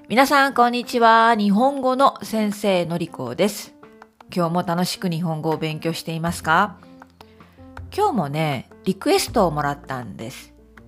皆さん、こんにちは。日本語の先生のりこです。今日も楽しく日本語を勉強していますか？今日もね、リクエストをもらったんです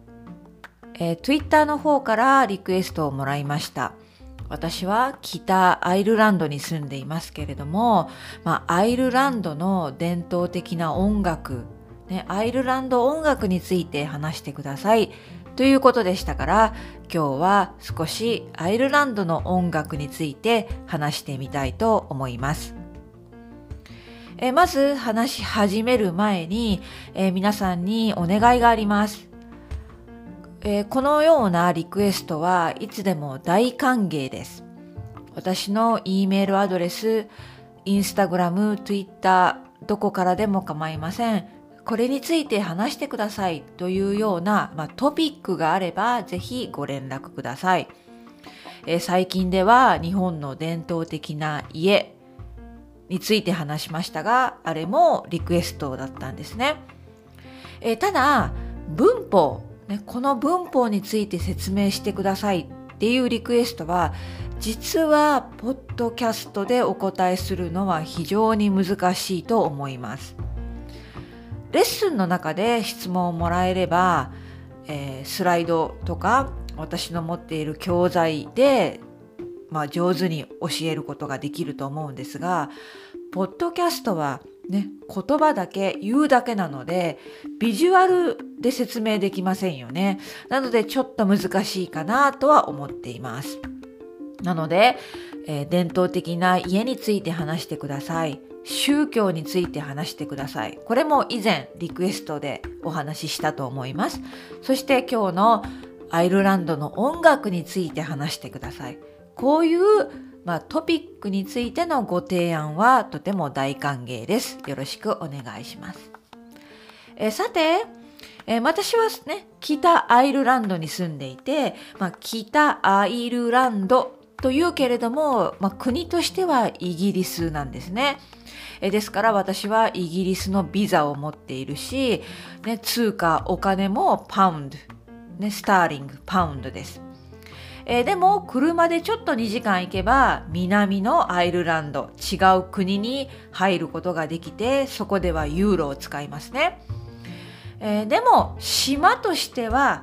。Twitter の方からリクエストをもらいました。私は北アイルランドに住んでいますけれども、アイルランドの伝統的な音楽、アイルランド音楽について話してくださいということでしたから、今日は少しアイルランドの音楽について話してみたいと思います。まず話し始める前に、皆さんにお願いがあります。このようなリクエストはいつでも大歓迎です。私の E メールアドレス、インスタグラム、Twitter、どこからでも構いません。これについて話してくださいというような、トピックがあればぜひご連絡ください。最近では日本の伝統的な家について話しましたが、あれもリクエストだったんですね。ただ文法、この文法について説明してくださいっていうリクエストは、実はポッドキャストでお答えするのは非常に難しいと思います。レッスンの中で質問をもらえれば、スライドとか私の持っている教材で、上手に教えることができると思うんですが、ポッドキャストは言葉だけ言うだけなので、ビジュアルで説明できませんよね。なのでちょっと難しいかなとは思っています。なので、伝統的な家について話してください。宗教について話してください。これも以前リクエストでお話ししたと思います。そして今日のアイルランドの音楽について話してください。こういう、トピックについてのご提案はとても大歓迎です。よろしくお願いします。さて、私は北アイルランドに住んでいて、北アイルランドというけれども、国としてはイギリスなんですね。ですから私はイギリスのビザを持っているし、通貨、お金もパウンド、スターリング、パウンドです。でも車でちょっと2時間行けば南のアイルランド、違う国に入ることができて、そこではユーロを使いますね。でも島としては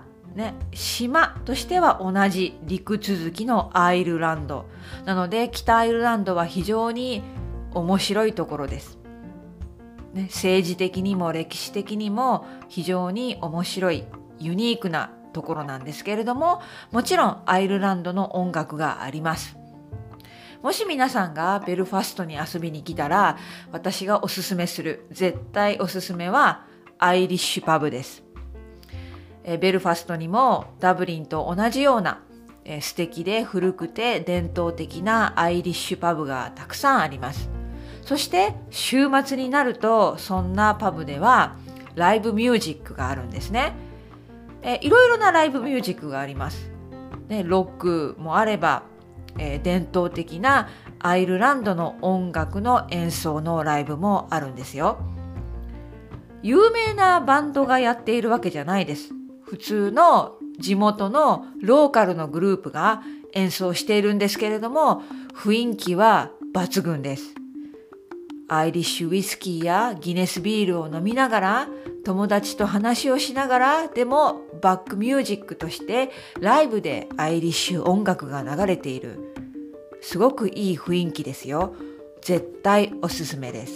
同じ陸続きのアイルランドなので、北アイルランドは非常に面白いところです。政治的にも歴史的にも非常に面白いユニークなところなんですけれども、もちろんアイルランドの音楽があります。もし皆さんがベルファストに遊びに来たら、私がおすすめする、絶対おすすめはアイリッシュパブです。ベルファストにもダブリンと同じような素敵で古くて伝統的なアイリッシュパブがたくさんあります。そして週末になると、そんなパブではライブミュージックがあるんですね。いろいろなライブミュージックがあります。ロックもあれば、伝統的なアイルランドの音楽の演奏のライブもあるんですよ。有名なバンドがやっているわけじゃないです。普通の地元のローカルのグループが演奏しているんですけれども、雰囲気は抜群です。アイリッシュウイスキーやギネスビールを飲みながら、友達と話をしながら、でもバックミュージックとしてライブでアイリッシュ音楽が流れている、すごくいい雰囲気ですよ。絶対おすすめです。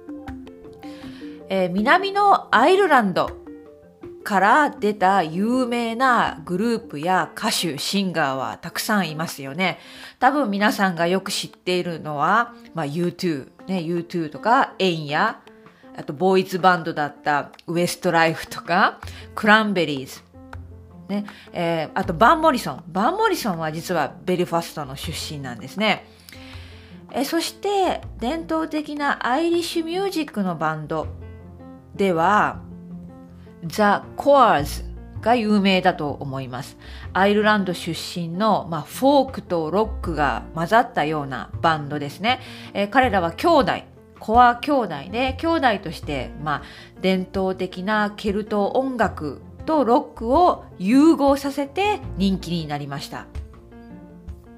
南のアイルランドから出た有名なグループや歌手、シンガーはたくさんいますよね。多分皆さんがよく知っているのは、U2 とかエンヤ、あとボーイズバンドだったウエストライフとかクランベリーズ、あとバンモリソンは実はベルファストの出身なんですね。そして伝統的なアイリッシュミュージックのバンドではザ・コアーズが有名だと思います。アイルランド出身の、フォークとロックが混ざったようなバンドですね。彼らはコア兄弟で、兄弟として、伝統的なケルト音楽とロックを融合させて人気になりました。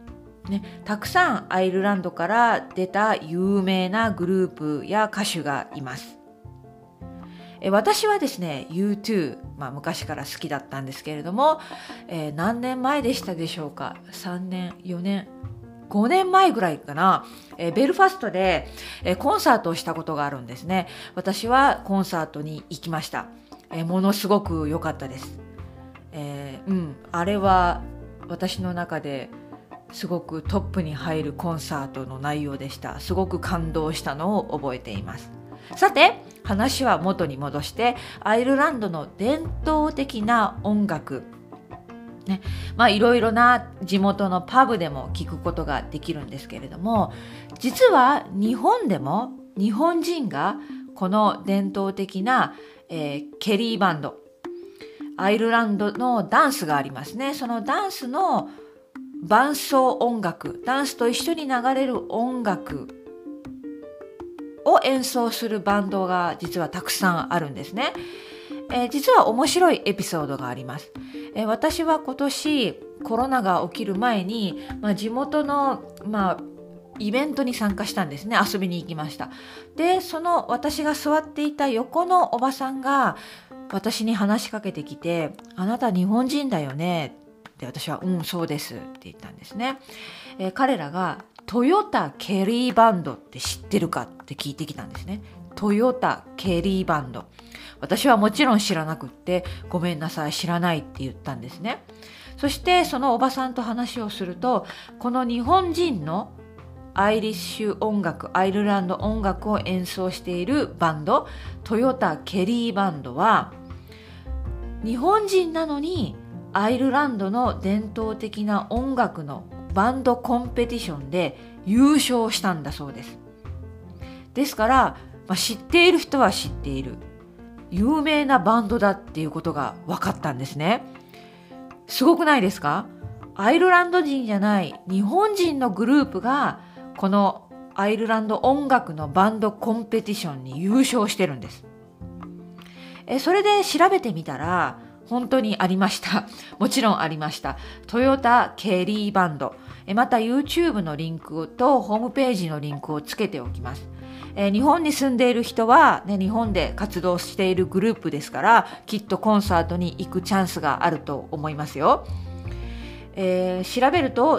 たくさんアイルランドから出た有名なグループや歌手がいます。私はですね U2、昔から好きだったんですけれども、何年前でしたでしょうか。3年4年5年前ぐらいかな、ベルファストで、コンサートをしたことがあるんですね。私はコンサートに行きました。ものすごく良かったです。あれは私の中ですごくトップに入るコンサートの内容でした。すごく感動したのを覚えています。さて、話は元に戻して、アイルランドの伝統的な音楽、いろいろな地元のパブでも聞くことができるんですけれども、実は日本でも日本人がこの伝統的な、ケリーバンド、アイルランドのダンスがありますね。そのダンスの伴奏音楽、ダンスと一緒に流れる音楽を演奏するバンドが実はたくさんあるんですね。実は面白いエピソードがあります。私は今年コロナが起きる前に、地元の、イベントに参加したんですね。遊びに行きました。で、その私が座っていた横のおばさんが私に話しかけてきて、あなた日本人だよねって私はそうですって言ったんですね。彼らがトヨタケリーバンドって知ってるかって聞いてきたんですね。トヨタケリーバンド。私はもちろん知らなくって、ごめんなさい知らないって言ったんですね。そしてそのおばさんと話をすると、この日本人のアイリッシュ音楽、アイルランド音楽を演奏しているバンド、トヨタケリーバンドは日本人なのにアイルランドの伝統的な音楽のバンドコンペティションで優勝したんだそうです。ですから、知っている人は知っている有名なバンドだっていうことが分かったんですね。すごくないですか？アイルランド人じゃない日本人のグループがこのアイルランド音楽のバンドコンペティションに優勝してるんです。それで調べてみたら本当にありました。もちろんありました。トヨタケリーバンド。また YouTube のリンクとホームページのリンクをつけておきます。日本に住んでいる人は、日本で活動しているグループですから、きっとコンサートに行くチャンスがあると思いますよ。調べると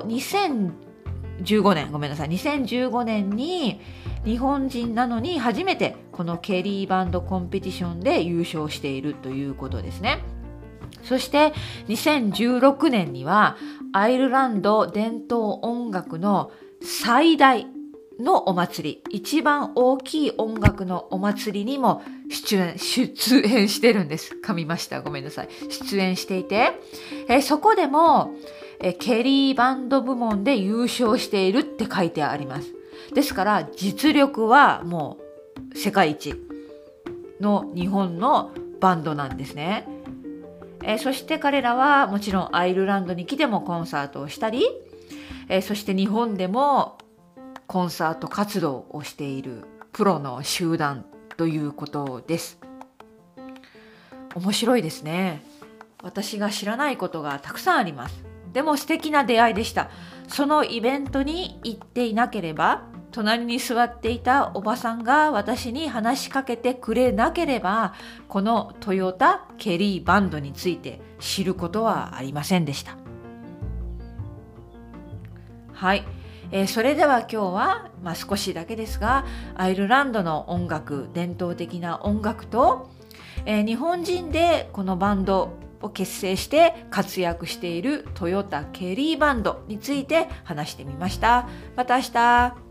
2015年に日本人なのに初めてこのケリーバンドコンペティションで優勝しているということですね。そして2016年にはアイルランド伝統音楽の最大のお祭り、一番大きい音楽のお祭りにも出演してるんです。噛みました。ごめんなさい。出演していて、そこでもケリーバンド部門で優勝しているって書いてあります。ですから実力はもう世界一の日本のバンドなんですね。そして彼らはもちろんアイルランドに来てもコンサートをしたり、そして日本でもコンサート活動をしているプロの集団ということです。面白いですね。私が知らないことがたくさんあります。でも素敵な出会いでした。そのイベントに行っていなければ、隣に座っていたおばさんが私に話しかけてくれなければ、このトヨタケリーバンドについて知ることはありませんでした。はい。それでは今日は、少しだけですが、アイルランドの音楽、伝統的な音楽と、日本人でこのバンドを結成して活躍しているトヨタケリーバンドについて話してみました。また明日。